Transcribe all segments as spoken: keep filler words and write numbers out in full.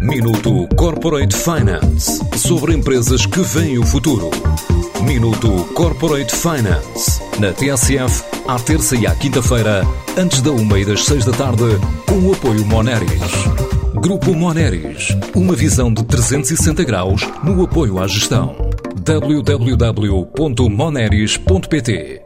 Minuto Corporate Finance, sobre empresas que veem o futuro. Minuto Corporate Finance, na T S F, à terça e à quinta-feira, antes da uma e das seis da tarde, com o apoio Moneris. Grupo Moneris, uma visão de trezentos e sessenta graus no apoio à gestão. w w w ponto moneris ponto p t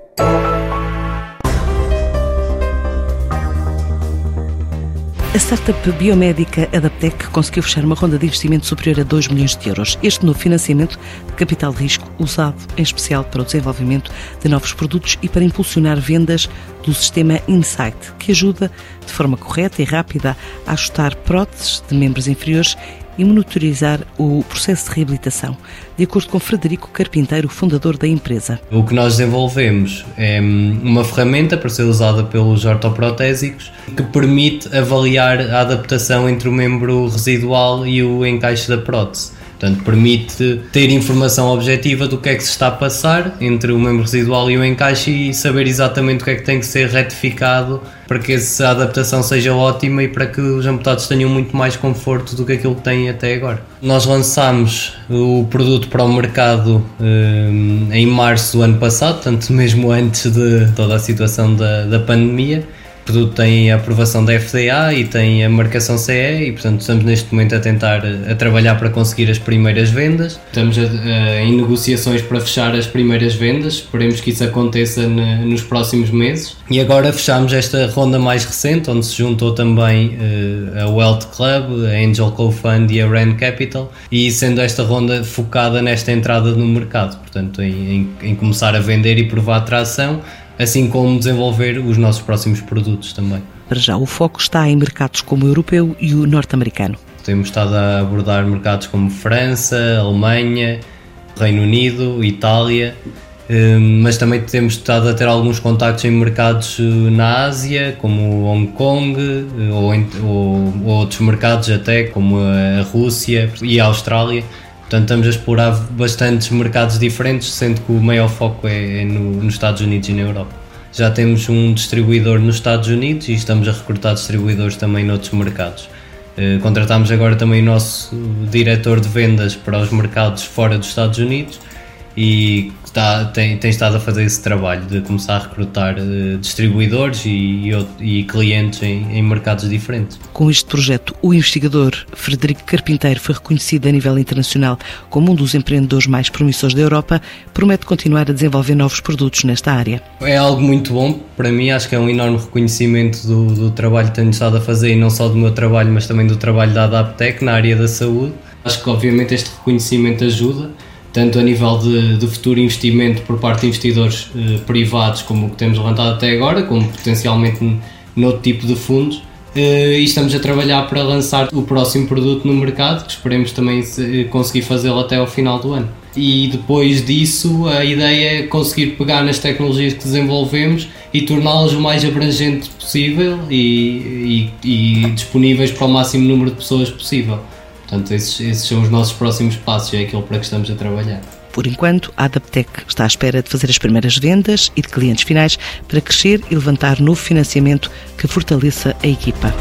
A startup biomédica Adaptec conseguiu fechar uma ronda de investimento superior a dois milhões de euros. Este novo financiamento de capital de risco, usado em especial para o desenvolvimento de novos produtos e para impulsionar vendas do sistema Insight, que ajuda de forma correta e rápida a ajustar próteses de membros inferiores e monitorizar o processo de reabilitação, de acordo com Frederico Carpinteiro, fundador da empresa. O que nós desenvolvemos é uma ferramenta para ser usada pelos ortoprotésicos que permite avaliar a adaptação entre o membro residual e o encaixe da prótese. Portanto, permite ter informação objetiva do que é que se está a passar entre o membro residual e o encaixe e saber exatamente o que é que tem que ser retificado para que essa adaptação seja ótima e para que os amputados tenham muito mais conforto do que aquilo que têm até agora. Nós lançámos o produto para o mercado um, em março do ano passado, portanto mesmo antes de toda a situação da, da pandemia. O produto tem a aprovação da F D A e tem a marcação C E e, portanto, estamos neste momento a tentar a trabalhar para conseguir as primeiras vendas. Estamos a, a, em negociações para fechar as primeiras vendas, esperemos que isso aconteça na, nos próximos meses. E agora fechamos esta ronda mais recente, onde se juntou também uh, a Wealth Club, a Angel Co-Fund e a Ren Capital, e sendo esta ronda focada nesta entrada no mercado, portanto, em, em, em começar a vender e provar a tração, assim como desenvolver os nossos próximos produtos também. Para já, o foco está em mercados como o europeu e o norte-americano. Temos estado a abordar mercados como França, Alemanha, Reino Unido, Itália, mas também temos estado a ter alguns contactos em mercados na Ásia, como Hong Kong, ou, em, ou, ou outros mercados até, como a Rússia e a Austrália. Portanto, estamos a explorar bastantes mercados diferentes, sendo que o maior foco é no, nos Estados Unidos e na Europa. Já temos um distribuidor nos Estados Unidos e estamos a recrutar distribuidores também noutros mercados. Uh, contratámos agora também o nosso diretor de vendas para os mercados fora dos Estados Unidos e está, tem, tem estado a fazer esse trabalho de começar a recrutar uh, distribuidores e, e, e clientes em, em mercados diferentes. Com este projeto, o investigador Frederico Carpinteiro foi reconhecido a nível internacional como um dos empreendedores mais promissores da Europa, promete continuar a desenvolver novos produtos nesta área. É algo muito bom, para mim acho que é um enorme reconhecimento do, do trabalho que tenho estado a fazer, e não só do meu trabalho, mas também do trabalho da Adaptec na área da saúde. Acho que obviamente este reconhecimento ajuda, tanto a nível de, de futuro investimento por parte de investidores eh, privados, como o que temos levantado até agora, como potencialmente noutro tipo de fundos, eh, e estamos a trabalhar para lançar o próximo produto no mercado, que esperemos também se, conseguir fazê-lo até ao final do ano. E depois disso, a ideia é conseguir pegar nas tecnologias que desenvolvemos e torná-las o mais abrangente possível e, e, e disponíveis para o máximo número de pessoas possível. Portanto, esses, esses são os nossos próximos passos, é aquilo para que estamos a trabalhar. Por enquanto, a Adaptec está à espera de fazer as primeiras vendas e de clientes finais para crescer e levantar novo financiamento que fortaleça a equipa.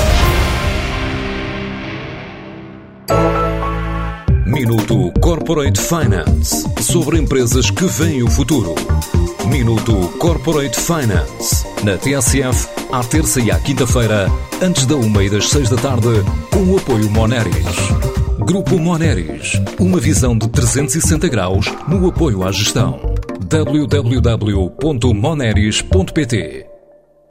Minuto Corporate Finance, sobre empresas que veem o futuro. Minuto Corporate Finance, na T S F, à terça e à quinta-feira, antes da uma e das seis da tarde, com o apoio Moneris. Grupo Moneris, uma visão de trezentos e sessenta graus no apoio à gestão. w w w ponto moneris ponto p t